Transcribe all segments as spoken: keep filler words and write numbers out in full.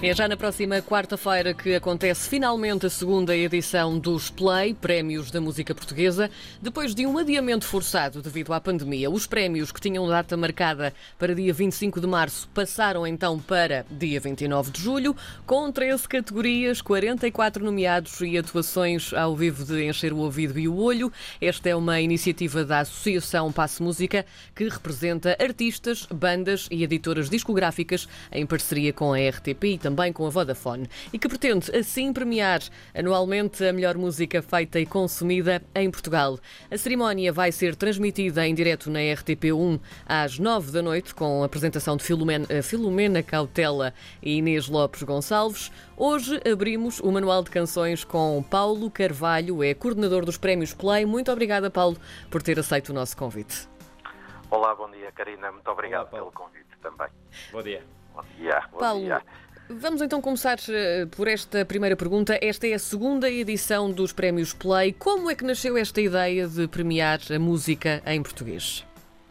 É já na próxima quarta-feira que acontece finalmente a segunda edição dos Play, Prémios da Música Portuguesa, depois de um adiamento forçado devido à pandemia. Os prémios, que tinham data marcada para dia vinte e cinco de março, passaram então para dia vinte e nove de julho, com treze categorias, quarenta e quatro nomeados e atuações ao vivo de encher o ouvido e o olho. Esta é uma iniciativa da Associação Passe Música, que representa artistas, bandas e editoras discográficas em parceria com a R T P e também também com a Vodafone, e que pretende assim premiar anualmente a melhor música feita e consumida em Portugal. A cerimónia vai ser transmitida em direto na R T P um às nove da noite, com a apresentação de Filomena, Filomena Cautela e Inês Lopes Gonçalves. Hoje abrimos o Manual de Canções com Paulo Carvalho, é coordenador dos Prémios Play. Muito obrigada, Paulo, por ter aceito o nosso convite. Olá, bom dia, Karina. Muito obrigado Olá, pelo convite também. Bom dia. Bom dia. Bom Paulo, dia. Vamos então começar por esta primeira pergunta. Esta é a segunda edição dos Prémios Play. Como é que nasceu esta ideia de premiar a música em português?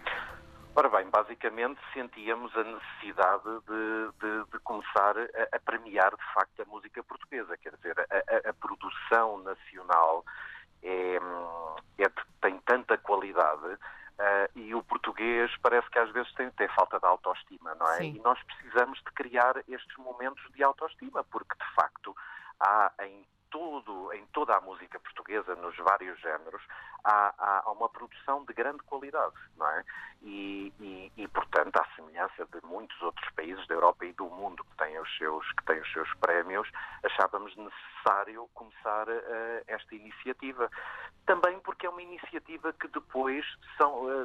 Ora bem, basicamente sentíamos a necessidade de, de, de começar a, a premiar de facto a música portuguesa. Quer dizer, a, a, a produção nacional é, é, tem tanta qualidade. Uh, e o português parece que às vezes tem, tem falta de autoestima, não é? Sim. E nós precisamos de criar estes momentos de autoestima, porque de facto há em todo, em toda a música portuguesa, nos vários géneros, há, há uma produção de grande qualidade, não é? E, e, e, portanto, à semelhança de muitos outros países da Europa e do mundo que têm os seus, que têm os seus prémios, achávamos necessário começar uh, esta iniciativa. Também porque é uma iniciativa que depois são... Uh,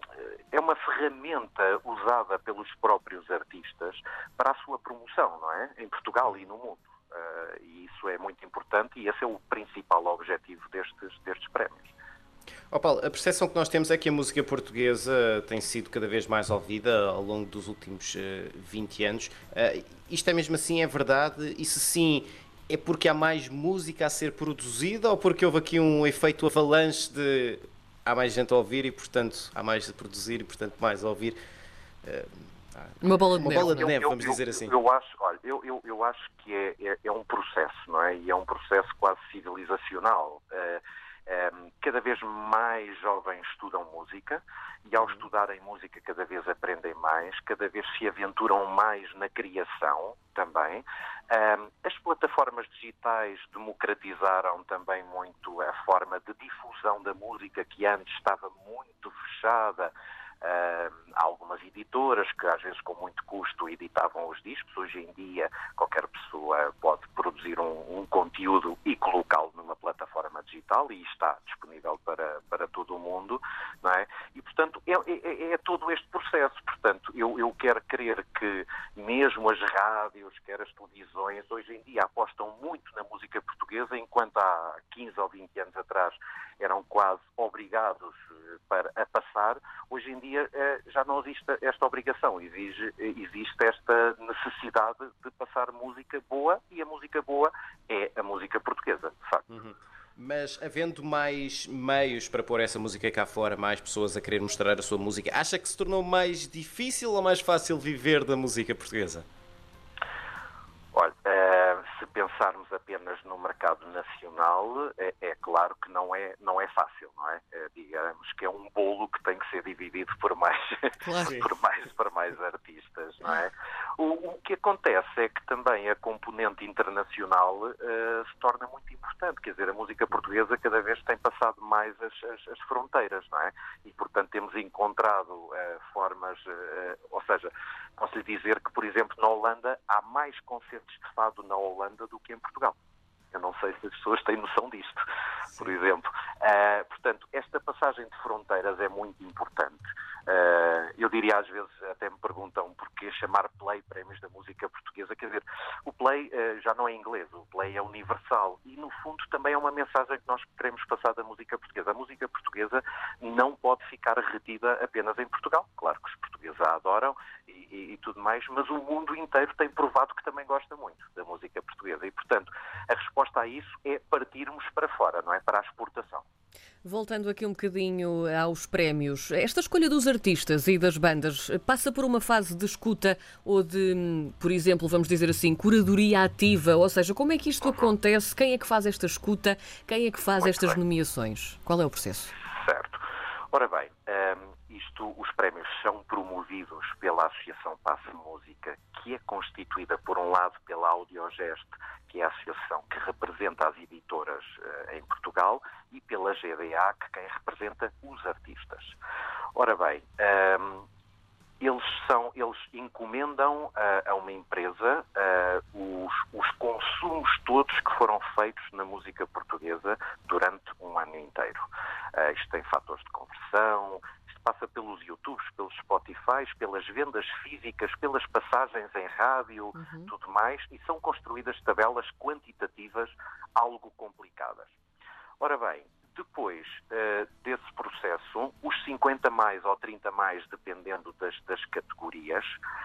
é uma ferramenta usada pelos próprios artistas para a sua promoção, não é? Em Portugal e no mundo. Uh, e isso é muito importante e esse é o principal objetivo destes, destes prémios. Oh, Paulo, a percepção que nós temos é que a música portuguesa tem sido cada vez mais ouvida ao longo dos últimos uh, vinte anos. Uh, isto é mesmo assim, é verdade? E se sim, é porque há mais música a ser produzida ou porque houve aqui um efeito avalanche de há mais gente a ouvir e, portanto, há mais a produzir e, portanto, mais a ouvir? Uh, Uma bola de uma neve. bola de Eu, neve, eu, vamos eu, dizer assim. Eu, eu acho, olha, eu, eu, eu acho que é, é, é um processo, não é? E é um processo quase civilizacional. Uh, um, cada vez mais jovens estudam música e ao estudarem música cada vez aprendem mais, cada vez se aventuram mais na criação também. Um, as plataformas digitais democratizaram também muito a forma de difusão da música que antes estava muito fechada. Uh, há algumas editoras que às vezes com muito custo editavam os discos. Hoje em dia qualquer pessoa pode produzir um, um conteúdo e colocá-lo numa plataforma digital e está disponível para, para todo o mundo, não é? E portanto é, é, é todo este processo. Portanto eu, eu quero crer que mesmo as rádios, quer as televisões, hoje em dia apostam muito na música portuguesa, enquanto há quinze ou vinte anos atrás eram quase obrigados para, a passar. Hoje em dia já não existe esta obrigação, exige, existe esta necessidade de passar música boa e a música boa é a música portuguesa, de facto. Uhum. Mas havendo mais meios para pôr essa música cá fora, mais pessoas a querer mostrar a sua música, acha que se tornou mais difícil ou mais fácil viver da música portuguesa? Olha, uh, se pensarmos apenas no mercado nacional, é, é claro que não é, não é fácil, não é? Uh, digamos que é um bolo que tem que ser dividido por mais, Claro. por mais, por mais artistas, não é? O, o que acontece é que também a componente internacional uh, se torna muito importante, quer dizer, a música portuguesa cada vez tem passado mais as, as, as fronteiras, não é? E, portanto, temos encontrado uh, formas, uh, ou seja, posso lhe dizer que, por exemplo, na Holanda há mais concertos de fado na Holanda do que em Portugal. Eu não sei se as pessoas têm noção disto, Sim. por exemplo. Uh, portanto, esta passagem de fronteiras é muito importante. Uh, eu diria, às vezes, até me perguntam porquê chamar Play Prémios da Música Portuguesa. Quer dizer, o Play uh, já não é inglês, o Play é universal. E, no fundo, também é uma mensagem que nós queremos passar da música portuguesa. A música portuguesa não pode ficar retida apenas em Portugal. Claro que os portugueses a adoram e, e, e tudo mais, mas o mundo inteiro tem provado que também gosta muito da música portuguesa. E, portanto, a resposta a isso é partirmos para fora, não é? Para a exportação. Voltando aqui um bocadinho aos prémios, esta escolha dos artistas e das bandas passa por uma fase de escuta ou de, por exemplo, vamos dizer assim, curadoria ativa? Ou seja, como é que isto acontece? Quem é que faz esta escuta? Quem é que faz Muito estas bem. nomeações? Qual é o processo? Certo. Ora bem, um, isto, os prémios são promovidos pela Associação Passe Música, que é constituída, por um lado, pela Audiogest, que é a associação que representa as editoras uh, em Portugal, e pela G D A, que quem representa os artistas. Ora bem, um, eles, são, eles encomendam uh, a uma empresa uh, os, os consumos todos que foram feitos na música portuguesa durante um ano inteiro. Uh, isto tem fatores de conversão, isto passa pelos YouTubes, pelos Spotifys, pelas vendas físicas, pelas passagens em rádio, uhum. tudo mais, e são construídas tabelas quantitativas algo complicadas. Ora bem, depois uh, desse processo, os cinquenta mais ou trinta mais, dependendo das, das categorias,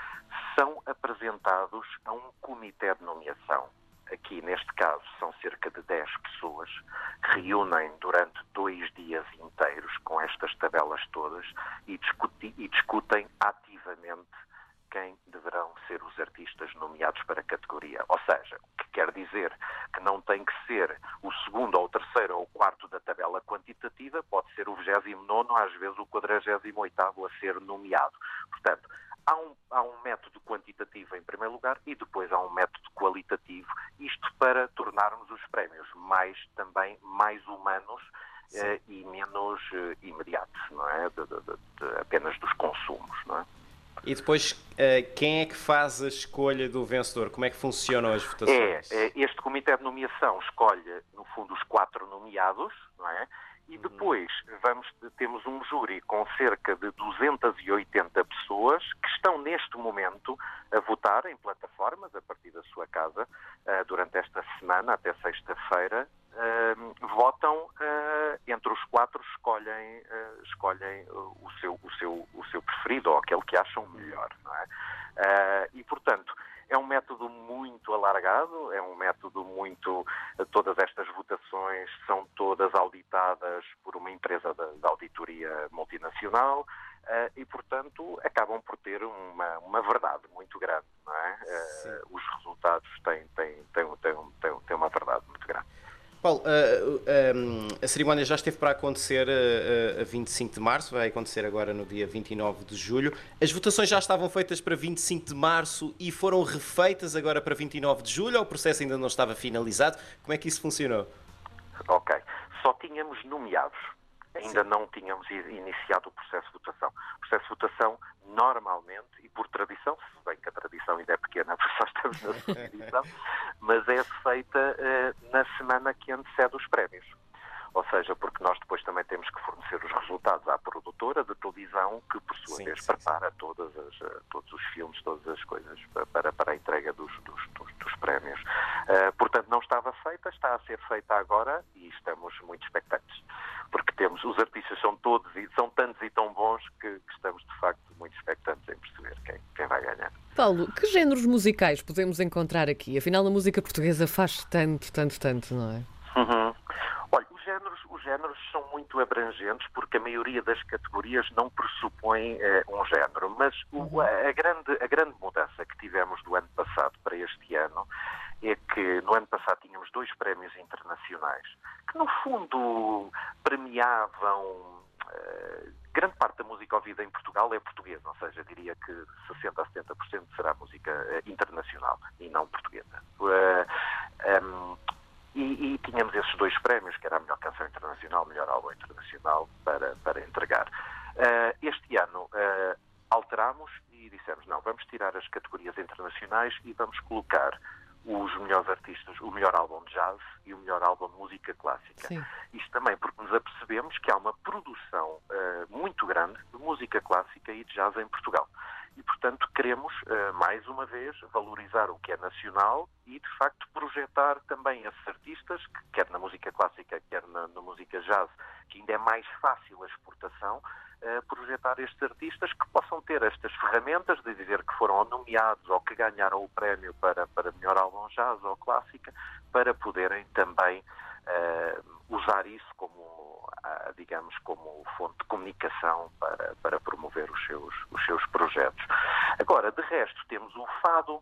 são apresentados a um comitê de nomeação. Aqui, neste caso, são cerca de dez pessoas que reúnem durante dois dias inteiros com estas tabelas todas e, discuti, e discutem ativamente quem deverão ser os artistas nomeados para a categoria. Ou seja, o que quer dizer que não tem que ser o segundo ou o terceiro ou o quarto da tabela quantitativa, pode ser o vigésimo nono, às vezes o quadragésimo oitavo a ser nomeado. Portanto, há um, há um método quantitativo em primeiro lugar e depois há um método qualitativo, isto para tornarmos os prémios mais, também mais humanos eh, e menos eh, imediatos, não é? De, de, de, de, apenas dos consumos, não é? E depois, quem é que faz a escolha do vencedor? Como é que funcionam as votações? É, este comitê de nomeação escolhe, no fundo, os quatro nomeados, não é? E depois vamos, temos um júri com cerca de duzentas e oitenta pessoas que estão neste momento a votar em plataformas, a partir da sua casa, durante esta semana, até sexta-feira. Uh, votam, uh, entre os quatro escolhem, uh, escolhem uh, o, seu, o, seu, o seu preferido ou aquele que acham melhor, não é? Uh, e, portanto, é um método muito alargado, é um método muito... Todas estas votações são todas auditadas por uma empresa de, de auditoria multinacional uh, e, portanto, acabam por ter uma, uma verdade muito grande, não é? Uh, os resultados têm, têm, têm, têm, têm, têm uma verdade muito grande. Paulo, uh, um, a cerimónia já esteve para acontecer uh, a vinte e cinco de março, vai acontecer agora no dia vinte e nove de julho. As votações já estavam feitas para vinte e cinco de março e foram refeitas agora para vinte e nove de julho, ou o processo ainda não estava finalizado? Como é que isso funcionou? Ok. Só tínhamos nomeados. Ainda Sim. não tínhamos iniciado o processo de votação. O processo de votação, normalmente, e por tradição, se bem que a tradição ainda é pequena, porque só estamos na segunda edição, mas é feita uh, na semana que antecede os prémios. Ou seja, porque nós depois também temos que fornecer os resultados à produtora de televisão, que por sua sim, vez sim, prepara sim. Todas as, todos os filmes, todas as coisas para, para a entrega dos, dos, dos, dos prémios. Uh, portanto, não estava feita, está a ser feita agora e estamos muito expectantes. Porque temos, os artistas são todos, e são tantos e tão bons que, que estamos de facto muito expectantes em perceber quem, quem vai ganhar. Paulo, que géneros musicais podemos encontrar aqui? Afinal, a música portuguesa faz tanto, tanto, tanto, não é? Uhum. Olha, os géneros, os géneros são muito abrangentes porque a maioria das categorias não pressupõe eh, um género, mas o, a, a, grande, a grande mudança que tivemos do ano passado para este ano é que no ano passado tínhamos dois prémios internacionais que, no fundo, premiavam... Uh, grande parte da música ouvida em Portugal é portuguesa, ou seja, diria que sessenta a setenta por cento será música uh, internacional e não portuguesa. Uh, um, e, e tínhamos esses dois prémios, que era a melhor canção internacional, melhor álbum internacional, para, para entregar. Uh, este ano uh, alterámos e dissemos, não, vamos tirar as categorias internacionais e vamos colocar os melhores artistas, o melhor álbum de jazz e o melhor álbum de música clássica. Sim. Isto também porque nos apercebemos que há uma produção uh, muito grande de música clássica e de jazz em Portugal. E, portanto, queremos, uh, mais uma vez, valorizar o que é nacional e, de facto, projetar também esses artistas, que, quer na música clássica, quer na, na música jazz, que ainda é mais fácil a exportação, uh, projetar estes artistas que possam ter estas ferramentas de dizer que foram nomeados ou que ganharam o prémio para, para melhor álbum jazz ou clássica, para poderem também uh, usar isso como a, digamos, como fonte de comunicação para, para promover os seus, os seus projetos. Agora, de resto, temos o fado,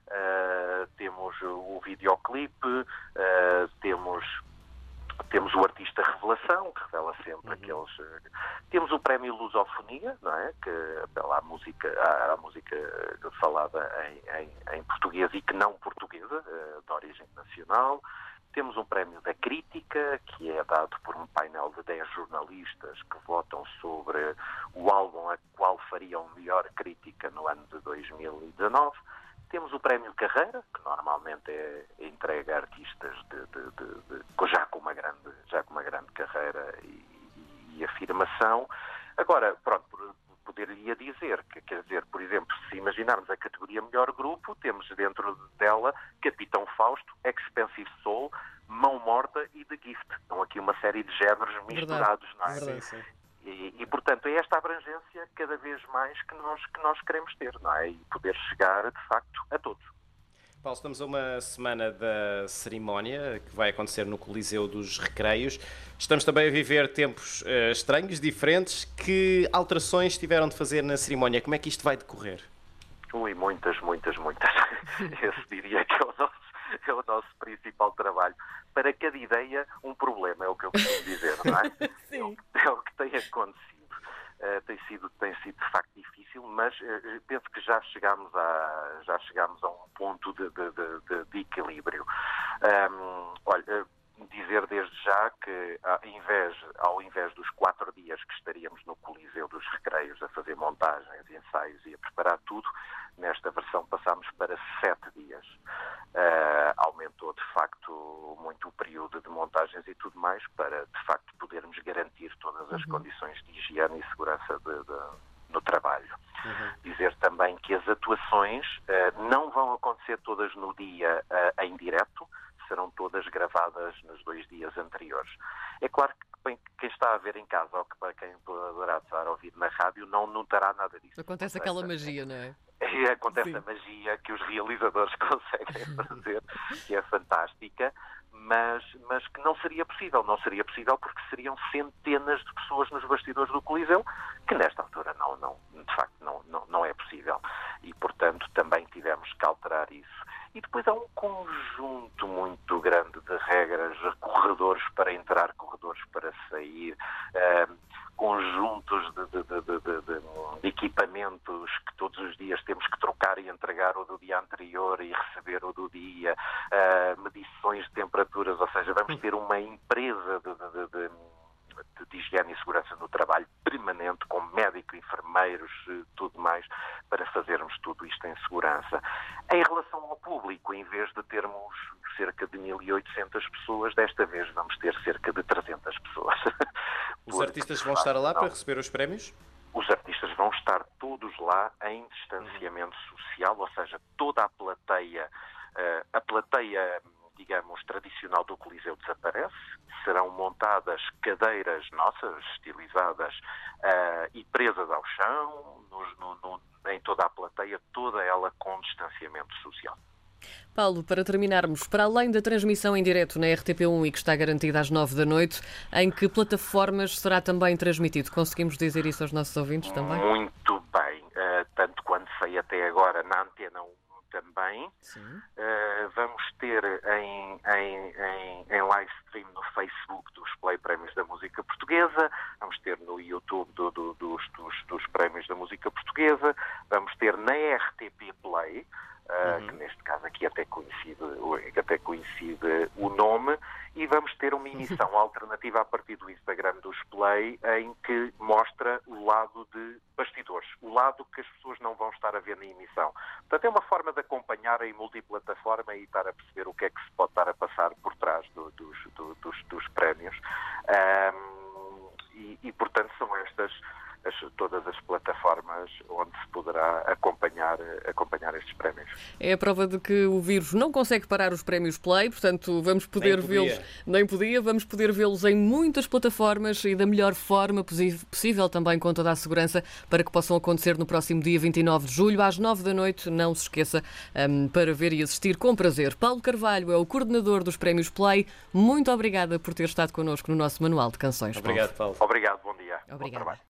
uh, temos o videoclipe, uh, temos... Temos o artista revelação, que revela sempre uhum. aqueles... Uh, temos o prémio Lusofonia, não é? Que apela à música, à, à música falada em, em, em português e que não portuguesa, uh, de origem nacional. Temos um prémio da crítica, que é dado por um painel de dez jornalistas que votam sobre o álbum a qual fariam melhor crítica no ano de dois mil e dezanove. Temos o prémio Carreira, que normalmente é entregue a artistas de, de, de, de, já, com uma grande, já com uma grande carreira e, e, e afirmação. Agora, pronto, poderia dizer que, quer dizer, por exemplo, se imaginarmos a categoria Melhor Grupo, temos dentro dela Capitão Fausto, Expensive Soul, Mão Morta e The Gift. Estão aqui uma série de géneros misturados, não é? Sim, sim. E, e, portanto, é esta abrangência cada vez mais que nós, que nós queremos ter, não é? E poder chegar, de facto, a todos. Paulo, estamos a uma semana da cerimónia que vai acontecer no Coliseu dos Recreios. Estamos também a viver tempos uh, estranhos, diferentes. Que alterações tiveram de fazer na cerimónia? Como é que isto vai decorrer? Ui, muitas, muitas, muitas. Esse diria que é o nosso, é o nosso principal trabalho. Para cada ideia, um problema, é o que eu costumo dizer, não é? Sim. É o que tem acontecido. Uh, tem sido, tem sido de facto difícil, mas uh, penso que já chegámos a, já chegámos a um ponto de, de, de, de equilíbrio. Um, olha, uh, dizer desde já que ao invés, ao invés dos quatro dias que estaríamos no Coliseu dos Recreios a fazer montagens, ensaios e a preparar tudo, nesta versão passámos para sete dias. Uh, aumentou de facto muito o período de montagens e tudo mais para de facto podermos garantir todas as uhum. condições de higiene e segurança de, de, no trabalho. Uhum. Dizer também que as atuações uh, não vão acontecer todas no dia uh, em direto, serão todas gravadas nos dois dias anteriores. É claro que bem, quem está a ver em casa ou que para quem poderá estar a ouvir na rádio não notará nada disso. Acontece aquela magia, não é? E acontece Sim. a magia que os realizadores conseguem fazer, que é fantástica, mas, mas que não seria possível. Não seria possível porque seriam centenas de pessoas nos bastidores do Coliseu, que nesta altura não, não, de facto não, não, não é possível. E, portanto, também tivemos que alterar isso. E depois há um conjunto muito grande de regras, corredores para entrar, corredores para sair, eh, conjuntos de, de, de, de, de, de equipamentos que todos os dias temos que trocar e entregar o do dia anterior e receber o do dia, uh, medições de temperaturas, ou seja, vamos ter uma empresa de, de, de, de, de higiene e segurança no trabalho permanente, com médico, enfermeiros, tudo mais, para fazermos tudo isto em segurança. Em relação ao público, em vez de termos cerca de mil e oitocentas pessoas, desta vez vamos ter cerca de trezentas pessoas. Os artistas vão estar lá para receber os prémios? Os artistas vão estar todos lá em distanciamento social, ou seja, toda a plateia, a plateia, digamos, tradicional do Coliseu desaparece. Serão montadas cadeiras nossas, estilizadas uh, e presas ao chão, no, no, no, em toda a plateia, toda ela com distanciamento social. Paulo, para terminarmos, para além da transmissão em direto na R T P um e que está garantida às nove da noite, em que plataformas será também transmitido? Conseguimos dizer isso aos nossos ouvintes também? Muito bem, uh, tanto quanto sei até agora na Antena um também. Uh, vamos ter em, em, em, em live stream no Facebook dos Play Prémios da Música Portuguesa, vamos ter no YouTube do, do, dos, dos, dos Prémios da Música Portuguesa, vamos ter na R T P Play, Uh, uhum. que neste caso aqui até coincide, até coincide o nome, e vamos ter uma emissão alternativa a partir do Instagram dos Play, em que mostra o lado de bastidores, o lado que as pessoas não vão estar a ver na emissão. Portanto, é uma forma de acompanhar em multiplataforma e estar a perceber o que é que se pode estar a passar por trás do, dos, do, dos, dos prémios. Um, e, e, portanto, são estas as, todas as plataformas onde se poderá acompanhar, acompanhar estes prémios. É a prova de que o vírus não consegue parar os prémios Play, portanto vamos poder vê-los, nem podia, vamos poder vê-los em muitas plataformas e da melhor forma possível, também com toda a segurança, para que possam acontecer no próximo dia vinte e nove de julho, às nove da noite. Não se esqueça, um, para ver e assistir com prazer. Paulo Carvalho é o coordenador dos prémios Play. Muito obrigada por ter estado connosco no nosso Manual de Canções. Obrigado, Paulo. Obrigado, bom dia. Obrigada. Bom trabalho.